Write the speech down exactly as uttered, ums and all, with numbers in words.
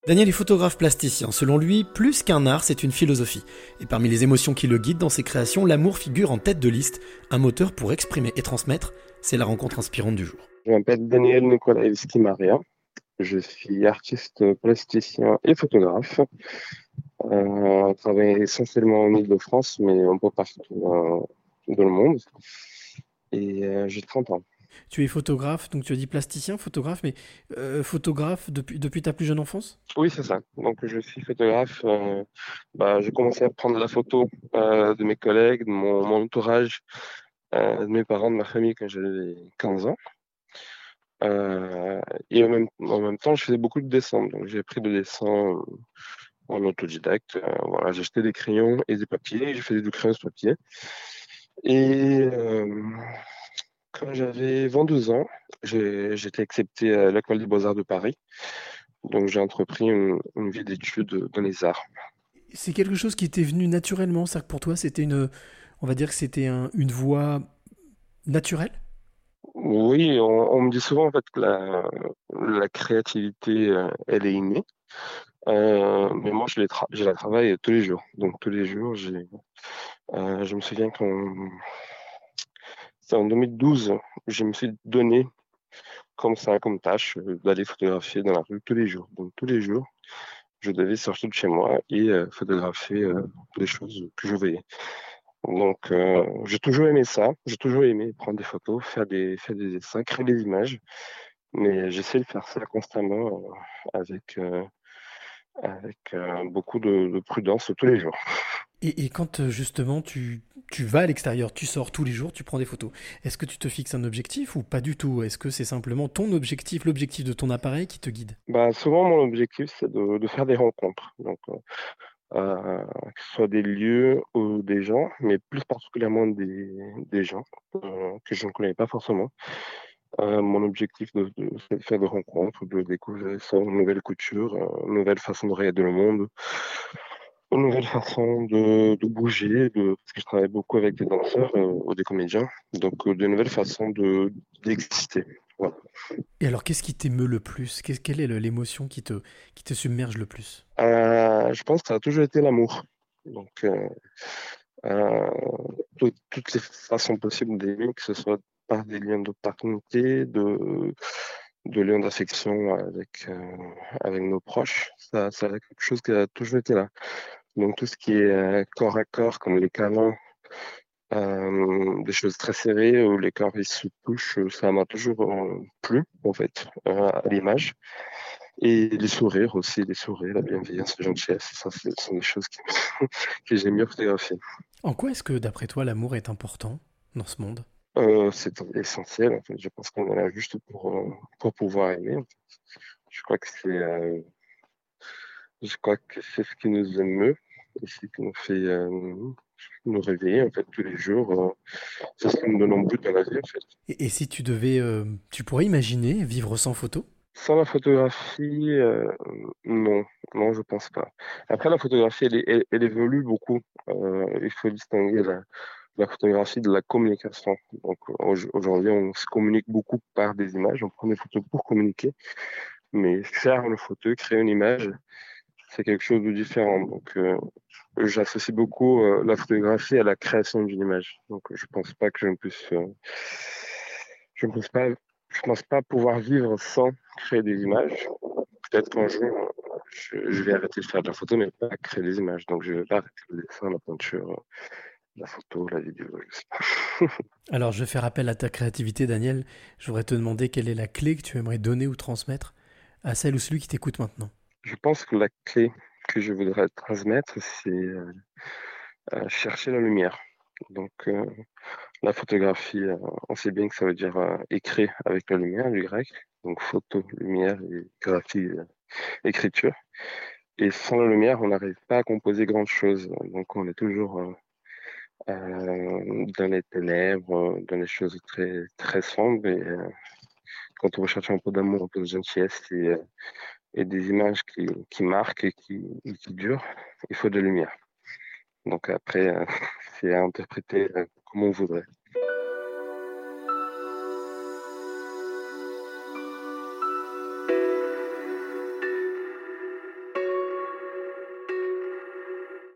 Daniel est photographe plasticien. Selon lui, plus qu'un art, c'est une philosophie. Et parmi les émotions qui le guident dans ses créations, l'amour figure en tête de liste, un moteur pour exprimer et transmettre. C'est la rencontre inspirante du jour. Je m'appelle Daniel Nikolaevski Maria. Je suis artiste plasticien et photographe. Euh, je travaille essentiellement en Île-de-France, mais un peu partout euh, dans le monde. Et euh, j'ai trente ans. Tu es photographe, donc tu as dit plasticien, photographe, mais euh, photographe depuis, depuis ta plus jeune enfance? Oui, c'est ça. Donc, je suis photographe. Euh, bah, j'ai commencé à prendre la photo euh, de mes collègues, de mon, mon entourage, euh, de mes parents, de ma famille quand j'avais quinze ans. Euh, et en même, en même temps, je faisais beaucoup de dessins. Donc, j'ai appris le dessin euh, en autodidacte. Euh, voilà, j'ai acheté des crayons et des papiers. Je faisais du crayon sur papier. Et euh, quand j'avais vingt-deux ans, j'ai j'ai été accepté à l'École des Beaux-Arts de Paris. Donc, j'ai entrepris une, une vie d'études dans les arts. C'est quelque chose qui t'est venu naturellement, c'est-à-dire que pour toi, c'était une, on va dire que c'était un- une voie naturelle? Oui, on, on me dit souvent en fait que la, la créativité, euh, elle est innée. Euh, mais moi, je, les tra- je la travaille tous les jours. Donc, tous les jours, j'ai, euh, je me souviens qu'en c'est en deux mille douze, je me suis donné comme ça, comme tâche, euh, d'aller photographier dans la rue tous les jours. Donc, tous les jours, je devais sortir de chez moi et euh, photographier euh, les choses que je voyais. Donc, euh, j'ai toujours aimé ça. J'ai toujours aimé prendre des photos, faire des, faire des dessins, créer des images. Mais j'essaie de faire ça constamment euh, avec, euh, avec euh, beaucoup de, de prudence tous les jours. Et, et quand euh, justement tu, tu vas à l'extérieur, tu sors tous les jours, tu prends des photos, est-ce que tu te fixes un objectif ou pas du tout? Est-ce que c'est simplement ton objectif, l'objectif de ton appareil qui te guide? Bah, souvent, mon objectif, c'est de, de faire des rencontres. Donc, euh, euh, que ce soit des lieux ou des gens, mais plus particulièrement des, des gens euh, que je ne connais pas forcément. Euh, mon objectif, de, de- c'est de faire des rencontres, de découvrir ça, une nouvelle culture, euh, une nouvelle façon de regarder le monde, une nouvelle façon de, de bouger, de, parce que je travaille beaucoup avec des danseurs euh, ou des comédiens, donc euh, de nouvelles façons de, d'exister. Voilà. Et alors qu'est-ce qui t'émeut le plus? Qu'est- Quelle est le- l'émotion qui te, qui te submerge le plus? Euh, je pense que ça a toujours été l'amour. Donc, euh, euh, tout- toutes les façons possibles d'aimer, que ce soit par des liens de paternité, de, de liens d'affection avec, euh, avec nos proches, ça, ça a quelque chose qui a toujours été là. Donc, tout ce qui est euh, corps à corps, comme les câlins, euh, des choses très serrées où les corps ils se touchent, ça m'a toujours euh, plu, en fait, euh, à l'image. Et les sourires aussi, les sourires, la bienveillance, la gentillesse, ça, ce sont des choses qui, que j'aime mieux photographier. En quoi est-ce que d'après toi l'amour est important dans ce monde? Euh, c'est essentiel, en fait. Je pense qu'on est là juste pour, euh, pour pouvoir aimer. En fait. Je crois que c'est, euh, je crois que c'est ce qui nous émeut et ce qui nous fait euh, nous réveiller, en fait, tous les jours. Euh, c'est ce qui nous donne un but dans la vie, en fait. Et, et si tu devais, euh, tu pourrais imaginer vivre sans photo? Sans la photographie, euh, non, non, je pense pas. Après, la photographie, elle, est- elle, elle évolue beaucoup. Euh, il faut distinguer la, la photographie de la communication. Donc, au- aujourd'hui, on se communique beaucoup par des images. On prend des photos pour communiquer, mais faire une photo, créer une image, c'est quelque chose de différent. Donc, euh, j'associe beaucoup euh, la photographie à la création d'une image. Donc, je pense pas que je ne puisse, euh, je ne pense pas, je pense pas pouvoir vivre sans créer des images. Peut-être qu'un jour, je, je vais arrêter de faire de la photo, mais pas créer des images. Donc, je vais pas arrêter le dessin, la peinture, la photo, la vidéo, je sais pas. Alors je vais faire appel à ta créativité, Daniel. Je voudrais te demander quelle est la clé que tu aimerais donner ou transmettre à celle ou celui qui t'écoute maintenant. Je pense que la clé que je voudrais transmettre, c'est euh, euh, chercher la lumière. Donc, euh, la photographie, euh, on sait bien que ça veut dire euh, écrire avec la lumière, du grec. Donc, photo, lumière et graphie, euh, écriture. Et sans la lumière, on n'arrive pas à composer grand-chose. Donc, on est toujours euh, euh, dans les ténèbres, euh, dans les choses très, très sombres. Et euh, quand on recherche un peu d'amour, un peu de gentillesse et, euh, et des images qui, qui marquent et qui, et qui durent, il faut de lumière. Donc après, euh, c'est à interpréter euh, comme on voudrait.